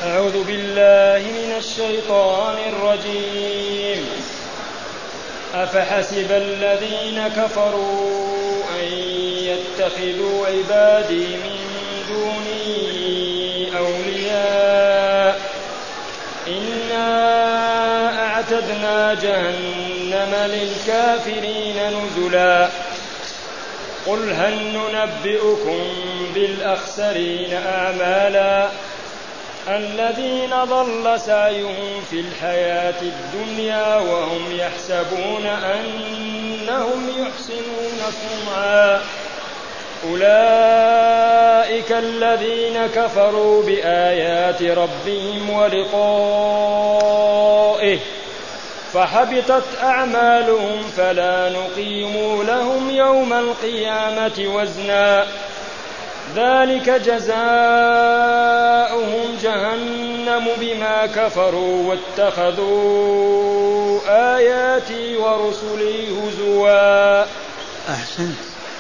أعوذ بالله من الشيطان الرجيم. أفحسب الذين كفروا أن يتخذوا عبادي من دوني أولياء إنا أعتدنا جهنم للكافرين نزلا قل هل ننبئكم بالأخسرين أعمالا الذين ضل سعيهم في الحياة الدنيا وهم يحسبون أنهم يحسنون صنعا أولئك الذين كفروا بآيات ربهم ولقائه فحبطت أعمالهم فلا نقيم لهم يوم القيامة وزنا ذلك جزاؤهم جهنم بما كفروا واتخذوا آياتي ورسلي هزوا. أحسنت.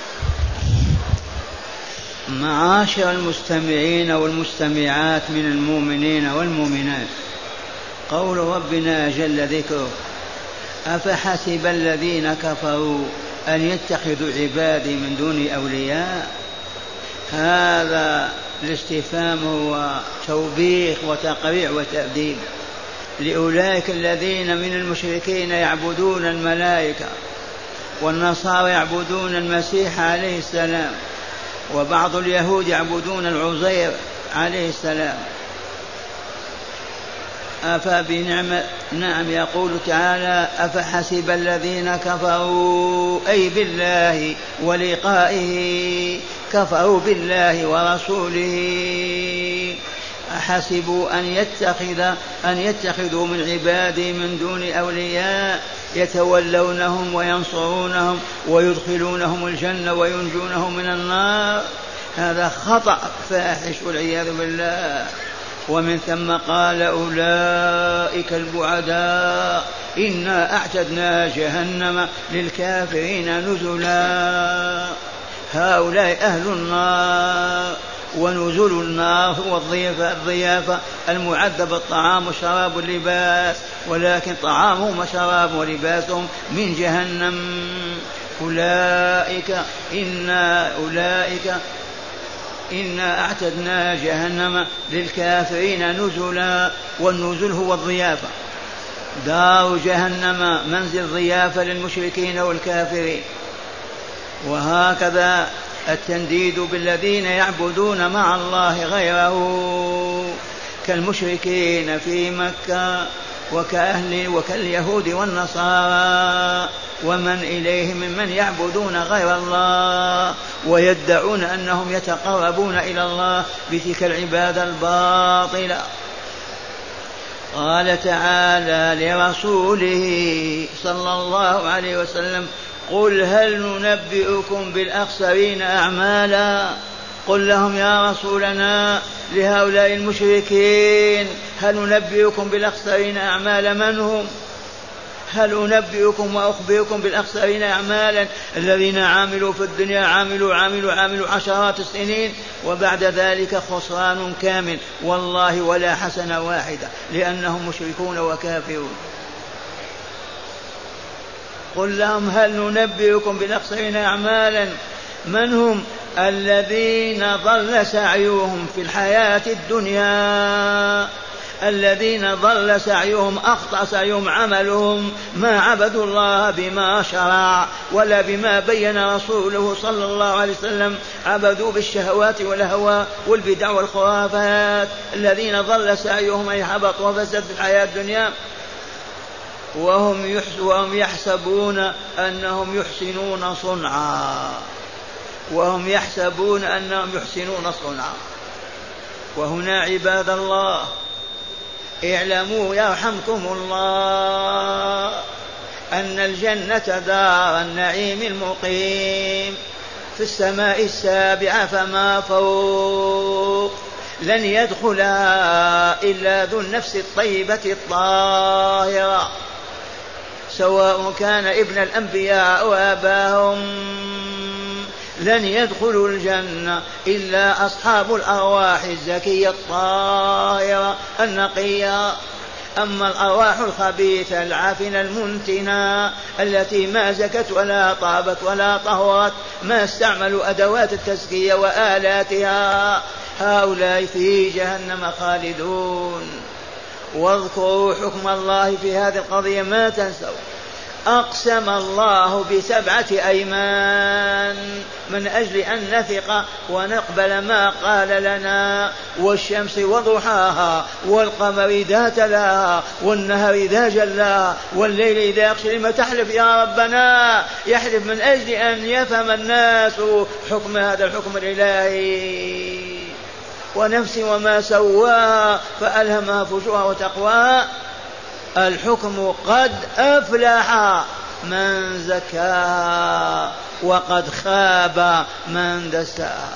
معاشر المستمعين والمستمعات من المؤمنين والمؤمنات، قول ربنا جل ذكره: أفحسب الذين كفروا أن يتخذوا عبادي من دون أولياء. هذا الاستفهام هو توبيخ وتقريع وتأديب لأولئك الذين من المشركين يعبدون الملائكة، والنصارى يعبدون المسيح عليه السلام، وبعض اليهود يعبدون العزير عليه السلام. نعم، يقول تعالى: أفحسب الذين كفروا أي بالله ولقائه، كفروا بالله ورسوله، أحسبوا أن يتخذوا من عبادي من دون أولياء يتولونهم وينصرونهم ويدخلونهم الجنة وينجونهم من النار. هذا خطأ فاحش والعياذ بالله. ومن ثم قال: أولئك البعداء إنا أعتدنا جهنم للكافرين نزلا. هؤلاء أهل النار، ونزل النار هو الضيافة المعدة بالطعام والشراب واللباس، ولكن طعامهم وشرابهم ولباسهم من جهنم. أولئك إنا أعتدنا جهنم للكافرين نزلا. والنزل هو الضيافة، دار جهنم منزل ضيافة للمشركين والكافرين. وهكذا التنديد بالذين يعبدون مع الله غيره كالمشركين في مكة وكاليهود والنصارى ومن إليهم ممن يعبدون غير الله ويدعون أنهم يتقربون إلى الله بتلك العبادة الباطلة. قال تعالى لرسوله صلى الله عليه وسلم: قل هل ننبئكم بالأخسرين أعمالا. قل لهم يا رسولنا لهؤلاء المشركين: هل ننبئكم بالأخسرين أعمالا؟ من هم؟ هل أنبئكم وأخبركم بالأخسرين أعمالا الذين عاملوا في الدنيا عاملوا عشرات السنين وبعد ذلك خسران كامل والله ولا حسنة واحدة لأنهم مشركون وكافرون. قل لهم: هل ننبئكم بالأخسرين أعمالا؟ من هم؟ الذين ضل سعيهم في الحياة الدنيا، الذين ضل سعيهم أخطأ سعيهم عملهم، ما عبدوا الله بما شرع ولا بما بين رسوله صلى الله عليه وسلم، عبدوا بالشهوات والهوى والبدع والخرافات. الذين ضل سعيهم أي حبط وفسد في الحياة الدنيا وهم يحسبون أنهم يحسنون صنعا. وهنا عباد الله اعلموا يرحمكم الله أن الجنة دار النعيم المقيم في السماء السابعة فما فوق، لن يدخلها إلا ذو النفس الطيبة الطاهرة، سواء كان ابن الأنبياء وآباهم. لن يدخلوا الجنة إلا أصحاب الأرواح الزكية الطاهرة النقية. أما الأرواح الخبيثة العافنة المنتنة التي ما زكت ولا طابت ولا طهرت، ما استعملوا أدوات التزكية وآلاتها، هؤلاء في جهنم خالدون. واذكروا حكم الله في هذه القضية ما تنسوا. أقسم الله ب7 أيمان من أجل أن نثق ونقبل ما قال لنا: والشمس وضحاها، والقمر إذا تلاها، والنهر إذا جلاها، والليل إذا يغشى. لما تحلف يا ربنا؟ يحلف من أجل أن يفهم الناس حكم هذا الحكم الإلهي. ونفس وما سواها فألهمها فجورها وتقواها. الحكم قد أفلح من زكاها وقد خاب من دساها.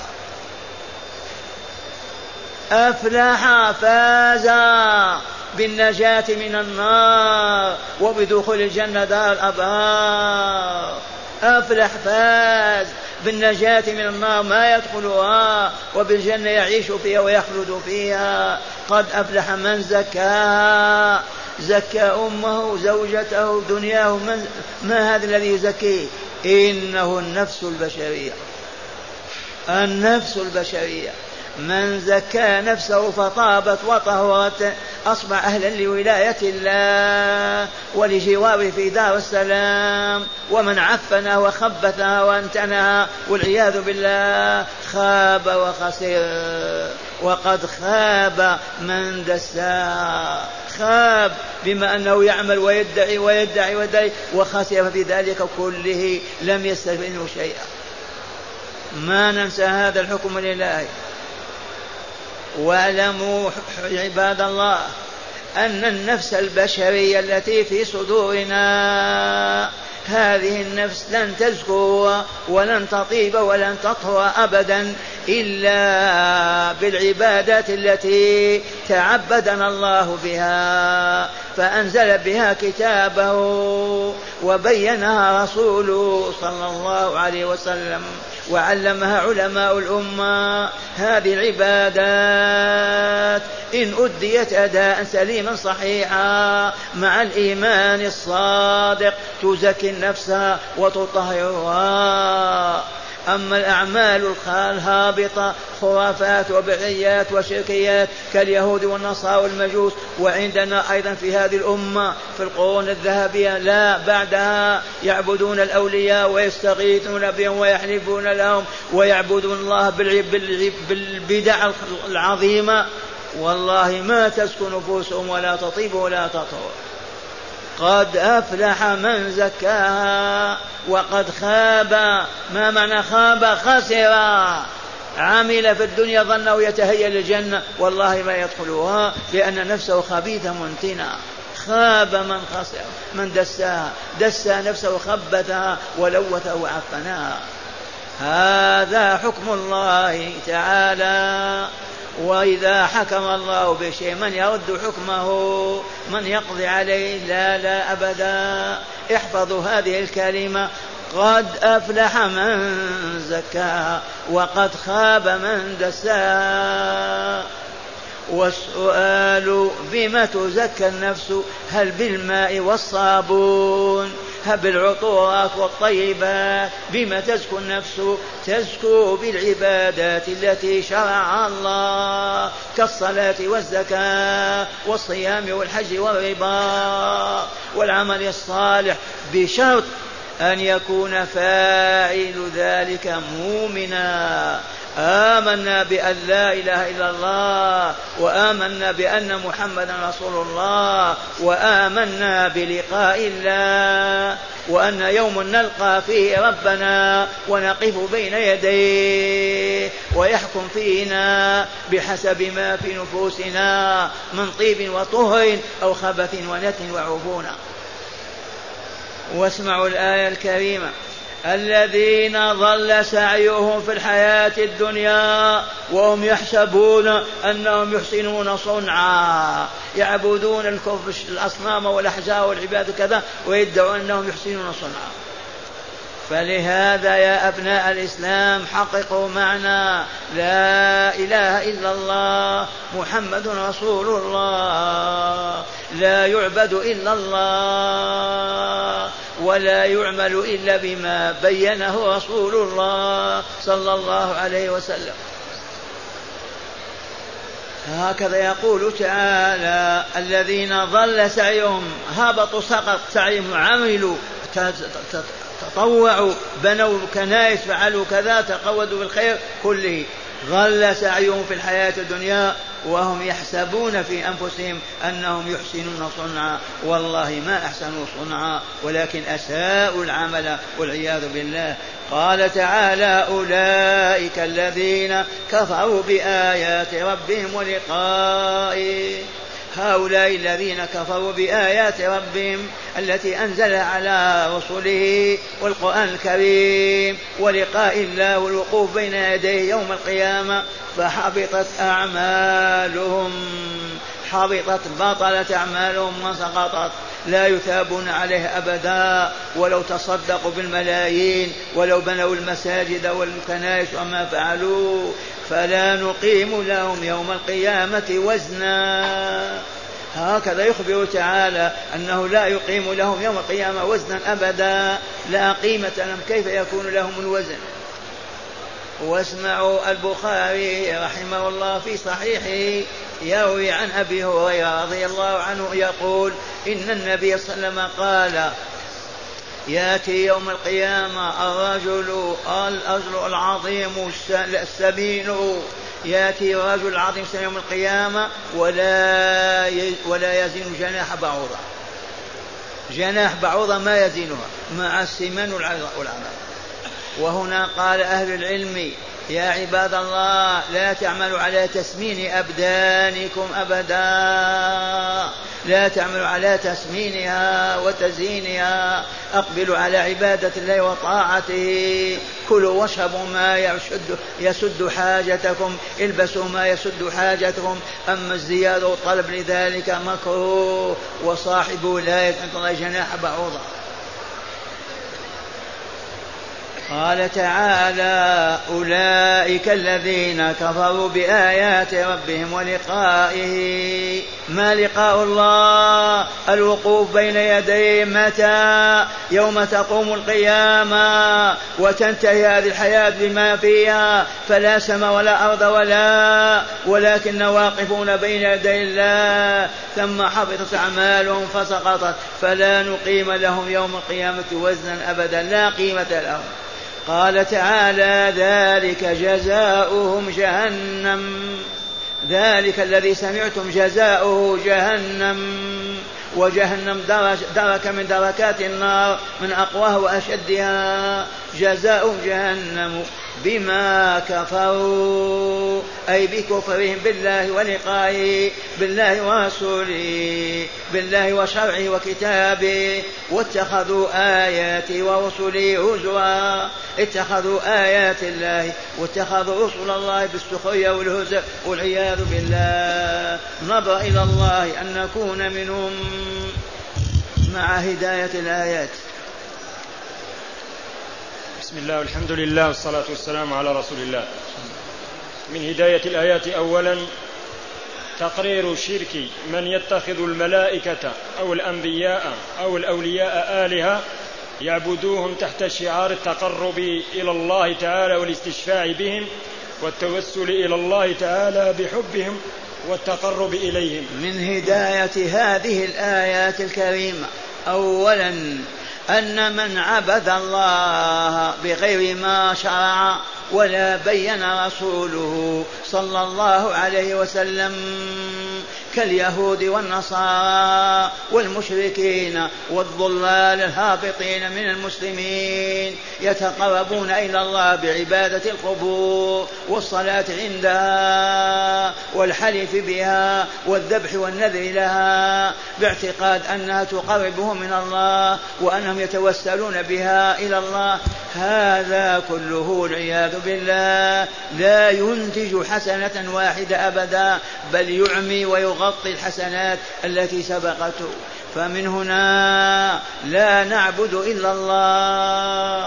أفلح، فاز بالنجاة من النار وبدخول الجنة دار الأبرار. أفلح، فاز بالنجاة من النار ما يدخلها، وبالجنة يعيش فيها ويخلد فيها. قد أفلح من زكاها، زكى أمه زوجته دنياه. ما هذا الذي يزكيه؟ إنه النفس البشرية. النفس البشرية من زكى نفسه فطابت وطهرت أصبح أهلا لولاية الله ولجواره في دار السلام. ومن عفنها وخبثها وانتنها والعياذ بالله خاب وخسر. وقد خاب من دساها. خاب بما أنه يعمل ويدعي ويدعي ويدعي، وخسر في ذلك كله، لم يستفد منه شيئا. ما ننسى هذا الحكم الإلهي. واعلموا عباد الله أن النفس البشرية التي في صدورنا، هذه النفس لن تزكو ولن تطيب ولن تطهر أبدا إلا بالعبادات التي تعبدنا الله بها، فأنزل بها كتابه وبينها رسوله صلى الله عليه وسلم وعلمها علماء الأمة. هذه العبادات إن أديت أداء سليما صحيحا مع الإيمان الصادق تزكي النفس وتطهرها. أما الأعمال الهابطة خرافات وبدعيات وشركيات كاليهود والنصارى والمجوس، وعندنا أيضا في هذه الأمة في القرون الذهبية لا بعدها يعبدون الأولياء ويستغيثون بهم ويحلفون لهم ويعبدون الله بالبدع العظيمة، والله ما تسكن نفوسهم ولا تطيب ولا تطهر. قد أفلح من زكاها وقد خاب. ما معنى خاب؟ خسر. عمل في الدنيا ظنه يتهيأ للجنة، والله ما يدخلها لأن نفسه خبيثة منتنة. خاب من خسر من دساها، دسى نفسه وخبثها ولوثها وعفناها. هذا حكم الله تعالى. وإذا حكم الله بشيء من يرد حكمه؟ من يقضي عليه؟ لا أبدا. احفظوا هذه الكلمة: قد أفلح من زكاها وقد خاب من دساها. والسؤال: بما تزكى النفس؟ هل بالماء والصابون؟ هل بالعطورات والطيبات؟ بما تزكو النفس؟ تزكو بالعبادات التي شرعها الله كالصلاة والزكاة والصيام والحج والربا والعمل الصالح، بشرط أن يكون فاعل ذلك مؤمنا. آمنا بأن لا إله إلا الله، وآمنا بأن محمدا رسول الله، وآمنا بلقاء الله، وأن يوم نلقى فيه ربنا ونقف بين يديه ويحكم فينا بحسب ما في نفوسنا من طيب وطهر أو خبث ونتن وعفونة. واسمعوا الآية الكريمة: الذين ضل سعيهم في الحياة الدنيا وهم يحسبون أنهم يحسنون صنعا. يعبدون الأصنام والأحجار والعباد كذا ويدعون أنهم يحسنون صنعا. فلهذا يا أبناء الإسلام حققوا معنى لا إله إلا الله محمد رسول الله، لا يعبد إلا الله ولا يعمل إلا بما بينه رسول الله صلى الله عليه وسلم. هكذا يقول تعالى: الذين ضل سعيهم هبطوا سقط سعيهم، عملوا تطوعوا بنوا كنائس فعلوا كذا تقودوا بالخير كله، ضل سعيهم في الحياة الدنيا وهم يحسبون في أنفسهم أنهم يحسنون صنعا، والله ما أحسنوا صنعا ولكن أساءوا العمل والعياذ بالله. قال تعالى: أولئك الذين كفروا بآيات ربهم ولقائه، هؤلاء الذين كفروا بآيات ربهم التي أنزل على رسله والقرآن الكريم ولقاء الله والوقوف بين يديه يوم القيامة، فحبطت أعمالهم، حبطت بطلت أعمالهم وسقطت، لا يثابون عليه أبدا، ولو تصدقوا بالملايين ولو بنوا المساجد والكنائس وما فعلوا، فلا نقيم لهم يوم القيامة وزنا. هكذا يخبر تعالى أنه لا يقيم لهم يوم القيامة وزنا أبدا، لا قيمة لهم، كيف يكون لهم الوزن؟ واسمعوا البخاري رحمه الله في صحيحه يروي عن أبي هريرة رضي الله عنه يقول: إن النبي صلى الله عليه وسلم قال: يأتي يوم القيامة الرجل العظيم السمين، يأتي رجل العظيم يوم القيامة ولا يزن جناح بعوضة، جناح بعوضة ما يزنها مع السمان والعذاب. وهنا قال أهل العلم: يا عباد الله، لا تعملوا على تسمين أبدانكم أبدا، لا تعملوا على تسمينها وتزيينها، أقبلوا على عبادة الله وطاعته، كلوا واشربوا ما يسد حاجتكم، البسوا ما يسد حاجتكم، أما الزيادة والطلب لذلك مكروه، وصاحبه لا يتعطى جناح بعوضة. قال تعالى: أولئك الذين كفروا بآيات ربهم ولقائه. ما لقاء الله؟ الوقوف بين يديه. متى؟ يوم تقوم القيامة وتنتهي هذه الحياة بما فيها، فلا سماء ولا أرض ولكن واقفون بين يدي الله، ثم حبطت أعمالهم فسقطت، فلا نقيم لهم يوم القيامة وزنا أبدا، لا قيمة لهم. قال تعالى: ذلك جزاؤهم جهنم، ذلك الذي سمعتم جزاؤه جهنم، وجهنم درك من دركات النار من أقواها وأشدها، جزاؤهم جهنم بما كفروا، أي بكفرهم بالله ولقائه، بالله ورسوله، بالله وشرعه وكتابه، واتخذوا آياتي ورسلي هزوا، اتخذوا آيات الله واتخذوا رسل الله بالسخرية والهزء والعياذ بالله. نظر إلى الله أن نكون منهم مع هداية الآيات. بسم الله والحمد لله والصلاة والسلام على رسول الله. من هداية الآيات أولا تقرير شرك من يتخذ الملائكة أو الأنبياء أو الأولياء آلهة يعبدوهم تحت شعار التقرب إلى الله تعالى والاستشفاع بهم والتوسل إلى الله تعالى بحبهم والتقرب إليهم. من هداية هذه الآيات الكريمة أولا أن من عبد الله بغير ما شرع ولا بين رسوله صلى الله عليه وسلم كاليهود والنصارى والمشركين والضلال الهابطين من المسلمين يتقربون إلى الله بعبادة القبور والصلاة عندها والحلف بها والذبح والنذر لها باعتقاد أنها تقربهم من الله وأنهم يتوسلون بها إلى الله، هذا كله والعياذ بالله لا ينتج حسنة واحدة أبدا، بل يعمي ويغطي الحسنات التي سبقته. فمن هنا لا نعبد إلا الله،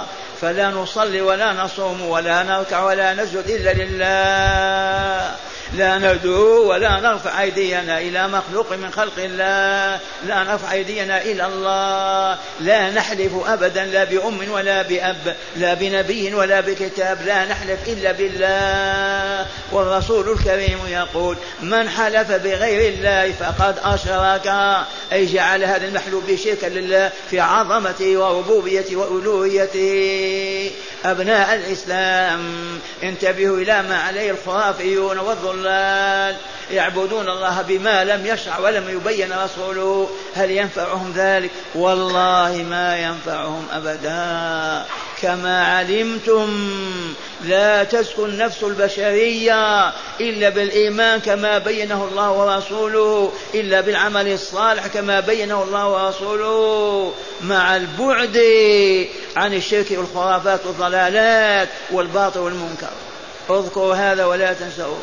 فلا نصلي ولا نصوم ولا نركع ولا نسجد إلا لله، لا ندعو ولا نرفع أيدينا إلى مخلوق من خلق الله، لا نرفع أيدينا إلى الله، لا نحلف أبدا لا بأم ولا بأب، لا بنبي ولا بكتاب، لا نحلف إلا بالله. والرسول الكريم يقول: من حلف بغير الله فقد أشرك، أي جعل هذا المحلوف شركا لله في عظمته وربوبيته وألوهيته. أبناء الإسلام، انتبهوا إلى ما عليه الخرافيون والضلال، يعبدون الله بما لم يشرع ولم يبين رسوله. هل ينفعهم ذلك؟ والله ما ينفعهم أبدا. كما علمتم لا تسكن نفس البشرية إلا بالإيمان كما بينه الله ورسوله، إلا بالعمل الصالح كما بينه الله ورسوله، مع البعد عن الشرك والخرافات والضلالات والباطل والمنكر. اذكروا هذا ولا تنسوا.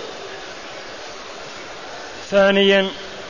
ثانيا،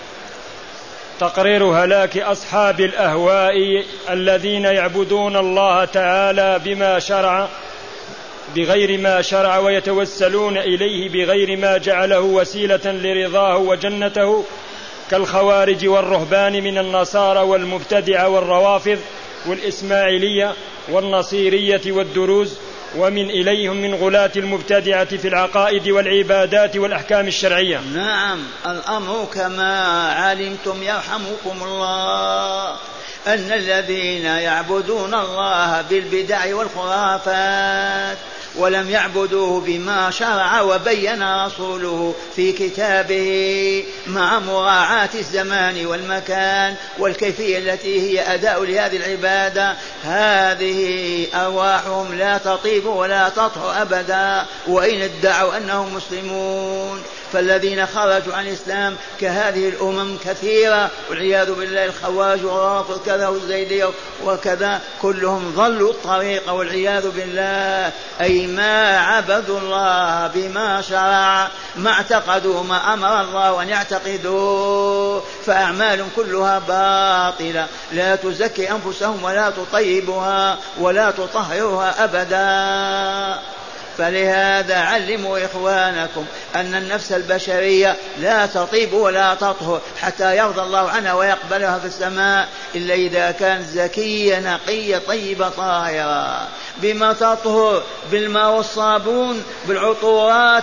تقرير هلاك أصحاب الأهواء الذين يعبدون الله تعالى بما شرع بغير ما شرع، ويتوسلون إليه بغير ما جعله وسيلة لرضاه وجنته، كالخوارج والرهبان من النصارى والمبتدعة والروافض والإسماعيلية والنصيرية والدروز، ومن إليهم من غلاة المبتدعة في العقائد والعبادات والأحكام الشرعية. نعم، الأمر كما علمتم يرحمكم الله أن الذين يعبدون الله بالبدع والخرافات ولم يعبدوه بما شرع وبين رسوله في كتابه، مع مراعاة الزمان والمكان والكيفية التي هي أداء لهذه العبادة، هذه أرواحهم لا تطيب ولا تطهر أبدا وإن ادعوا أنهم مسلمون. فالذين خرجوا عن الإسلام كهذه الأمم كثيرة والعياذ بالله، الخوارج والرافض كذا والزيدية وكذا، كلهم ضلوا الطريق والعياذ بالله. أي ما عبدوا الله بما شرع، ما اعتقدوا ما أمر الله أن يعتقدوا، فأعمال كلها باطلة لا تزكي أنفسهم ولا تطيبها ولا تطهرها أبدا. فلهذا علموا إخوانكم أن النفس البشرية لا تطيب ولا تطهر حتى يرضى الله عنها ويقبلها في السماء إلا إذا كانت زكية نقية طيبة طاهرة. بما تطهر؟ بالماء والصابون، بالعطورات؟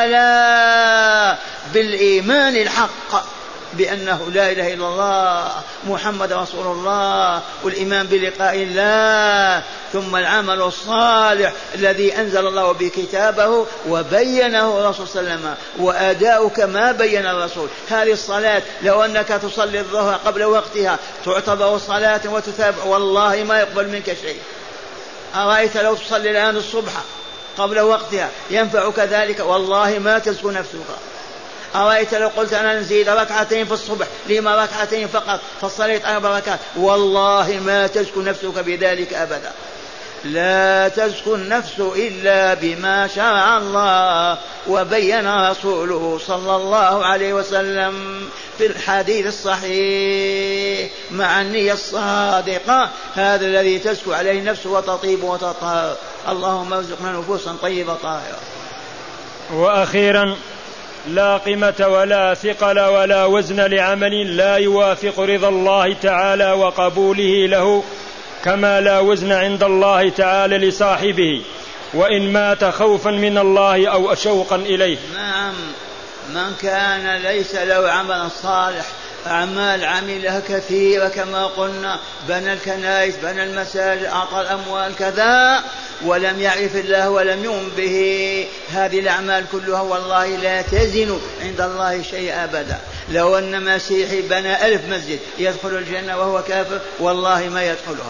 لا، بالإيمان الحق بأنه لا إله إلا الله محمد رسول الله، والإيمان بلقاء الله، ثم العمل الصالح الذي أنزل الله بكتابه وبينه الرسول صلى الله عليه وسلم، وأداء كما بين الرسول. هذه الصلاة لو أنك تصلي الظهر قبل وقتها تعتبر صلاة وتتابع، والله ما يقبل منك شيء. أرأيت لو تصلي الآن الصبح قبل وقتها ينفعك ذلك؟ والله ما تزكو نفسك. أرأيت لو قلت أنا نزيد ركعتين في الصبح، لما ركعتين فقط فصليت 4 ركعات؟ والله ما تزكو نفسك بذلك أبدا. لا تزكو النفس إلا بما شرع الله وبين رسوله صلى الله عليه وسلم في الحديث الصحيح، مع النية الصادقة، هذا الذي تزكو عليه النفس وتطيب وتطهر. اللهم ارزقنا نفوسا طيبة طاهرة. وأخيرا، لا قيمة ولا ثقل ولا وزن لعمل لا يوافق رضا الله تعالى وقبوله له، كما لا وزن عند الله تعالى لصاحبه وإن مات خوفا من الله أو شوقا إليه. نعم، من كان ليس له عمل صالح، أعمال عملها كثيرة كما قلنا، بنى الكنائس، بنى المساجد، أعطى الأموال كذا، ولم يعرف الله ولم يؤمن به، هذه الأعمال كلها والله لا تزن عند الله شيء أبدا. لو أن مسيحي بنى 1000 مسجد يدخل الجنة وهو كافر؟ والله ما يدخلها.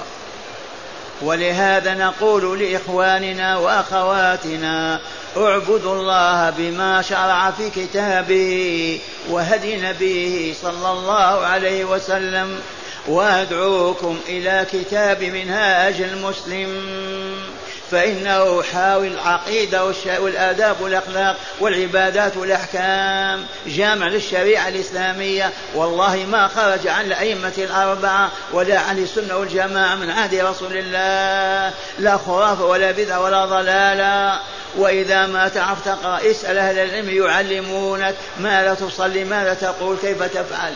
ولهذا نقول لإخواننا وأخواتنا: اعبدوا الله بما شرع في كتابه وهدي نبيه صلى الله عليه وسلم، وأدعوكم إلى كتاب منهاج المسلم فإنه حاوي العقيدة والآداب والأخلاق والعبادات والأحكام، جامع للشريعة الإسلامية. والله ما خرج عن الأئمة الأربعة ولا عن السنة والجماعة من عهد رسول الله، لا خرافة ولا بدعة ولا ضلالة. وإذا ما تعرف تقرأ اسأل أهل العلم يعلمونك ماذا تصلي، ماذا تقول، كيف تفعل.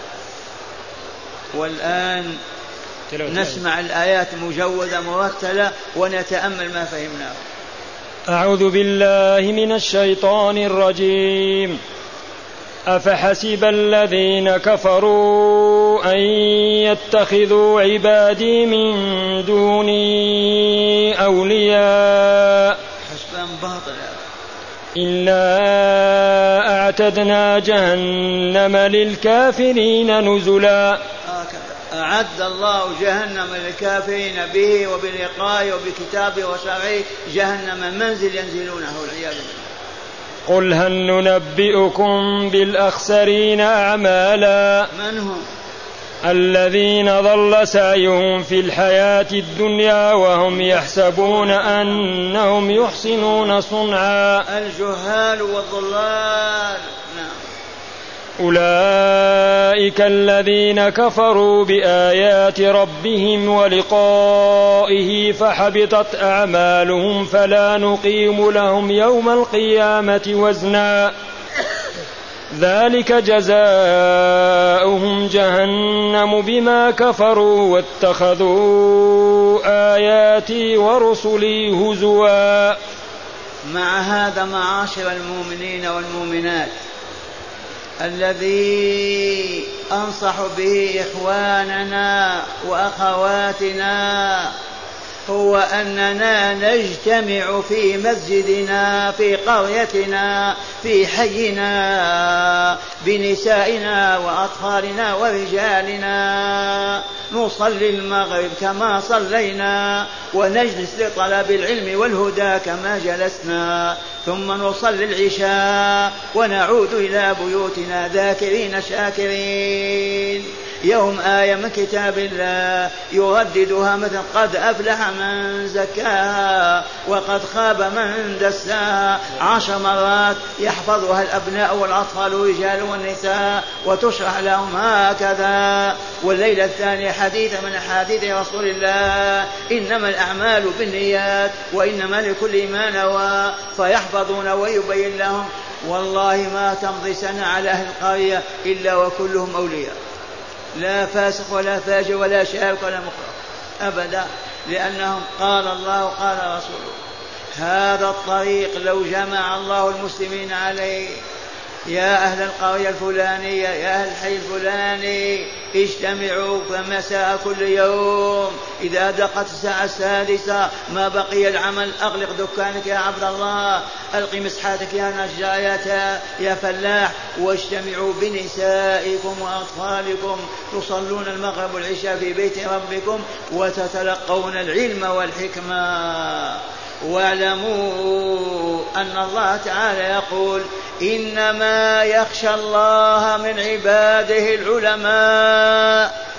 والآن نسمع الآيات مجودة مرتلة ونتأمل ما فهمناه. أعوذ بالله من الشيطان الرجيم. أفحسب الذين كفروا أن يتخذوا عبادي من دوني أولياء حسبا باطلا إلا أعتدنا جهنم للكافرين نزلا. أعد الله جهنم للكافرين به وبلقائه وبكتابه وشرعه، جهنم منزل ينزلونه والعياذ بالله. قل هل ننبئكم بالأخسرين أعمالا؟ من هم؟ الذين ضل سعيهم في الحياة الدنيا وهم يحسبون أنهم يحسنون صنعا. الجهال والضلال. نعم. أولئك الذين كفروا بآيات ربهم ولقائه فحبطت أعمالهم فلا نقيم لهم يوم القيامة وزنا ذلك جزاؤهم جهنم بما كفروا واتخذوا آياتي ورسلي هزوا. مع هذا معاشر المؤمنين والمؤمنات، الذي أنصح به إخواننا وأخواتنا هو أننا نجتمع في مسجدنا في قريتنا في حينا بنسائنا وأطفالنا ورجالنا، نصلي المغرب كما صلينا ونجلس لطلب العلم والهدى كما جلسنا، ثم نصلي العشاء ونعود إلى بيوتنا ذاكرين شاكرين. يوم آية من كتاب الله يرددها مثل قد أفلح من زكاها وقد خاب من دساها 10 مرات، يحفظها الأبناء والأطفال والرجال والنساء وتشرح لهم هكذا. والليلة الثانية حديث من أحاديث رسول الله إنما الأعمال بالنيات وإنما لكل ما نوى، فيحفظون ويبين لهم. والله ما تمضي سنة على أهل القرية إلا وكلهم أولياء، لا فاسق ولا فاجر ولا شارك ولا مخرج أبدا، لأنهم قال الله قال رسوله. هذا الطريق لو جمع الله المسلمين عليه، يا أهل القرية الفلانية يا أهل الحي الفلاني اجتمعوا فمساء كل يوم إذا دقت الساعة 6 ما بقي العمل، أغلق دكانك يا عبد الله، ألقي مسحاتك يا نجاية يا فلاح، واجتمعوا بنسائكم وأطفالكم تصلون المغرب والعشاء في بيت ربكم وتتلقون العلم والحكمة. واعلموا أن الله تعالى يقول إنما يخشى الله من عباده العلماء.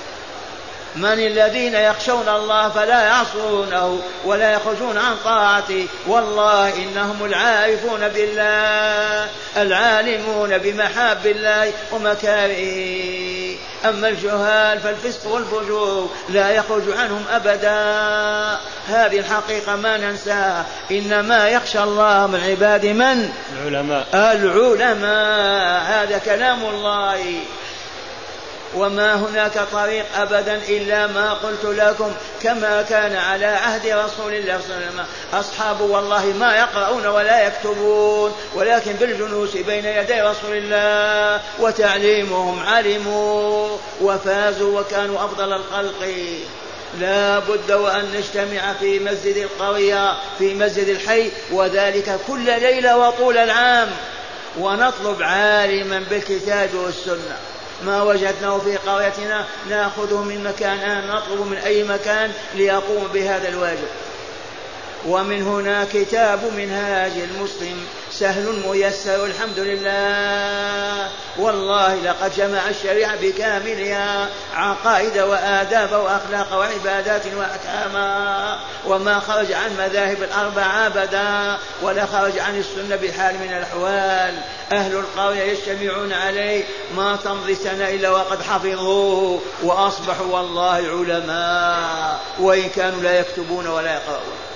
من الذين يخشون الله فلا يعصونه ولا يخرجون عن طاعته؟ والله إنهم العارفون بالله العالمون بمحاب الله ومكارهه. أما الجهال فالفسق والفجور لا يخرج عنهم أبدا. هذه الحقيقة ما ننساها. إنما يخشى الله من عباد من؟ العلماء. هذا كلام الله. وما هناك طريق أبدا إلا ما قلت لكم، كما كان على عهد رسول الله صلى الله عليه وسلم. أصحابه والله ما يقرؤون ولا يكتبون، ولكن بالجلوس بين يدي رسول الله وتعليمهم علموا وفازوا وكانوا أفضل الخلق. لا بد وأن نجتمع في مسجد القرية في مسجد الحي، وذلك كل ليلة وطول العام، ونطلب عالما بالكتاب والسنة. ما وجدناه في قريتنا نأخذه من مكان نطلب من أي مكان ليقوم بهذا الواجب. ومن هنا كتاب منهاج المسلم سهل ميسر الحمد لله. والله لقد جمع الشريعة بكاملها عقائد وآداب وأخلاق وعبادات وأحكاما، وما خرج عن مذاهب الأربعة أبدا، ولا خرج عن السنة بحال من الأحوال. أهل القرية يجتمعون عليه ما تمضي سنة إلا وقد حفظوه وأصبحوا والله علماء، وإن كانوا لا يكتبون ولا يقرؤون.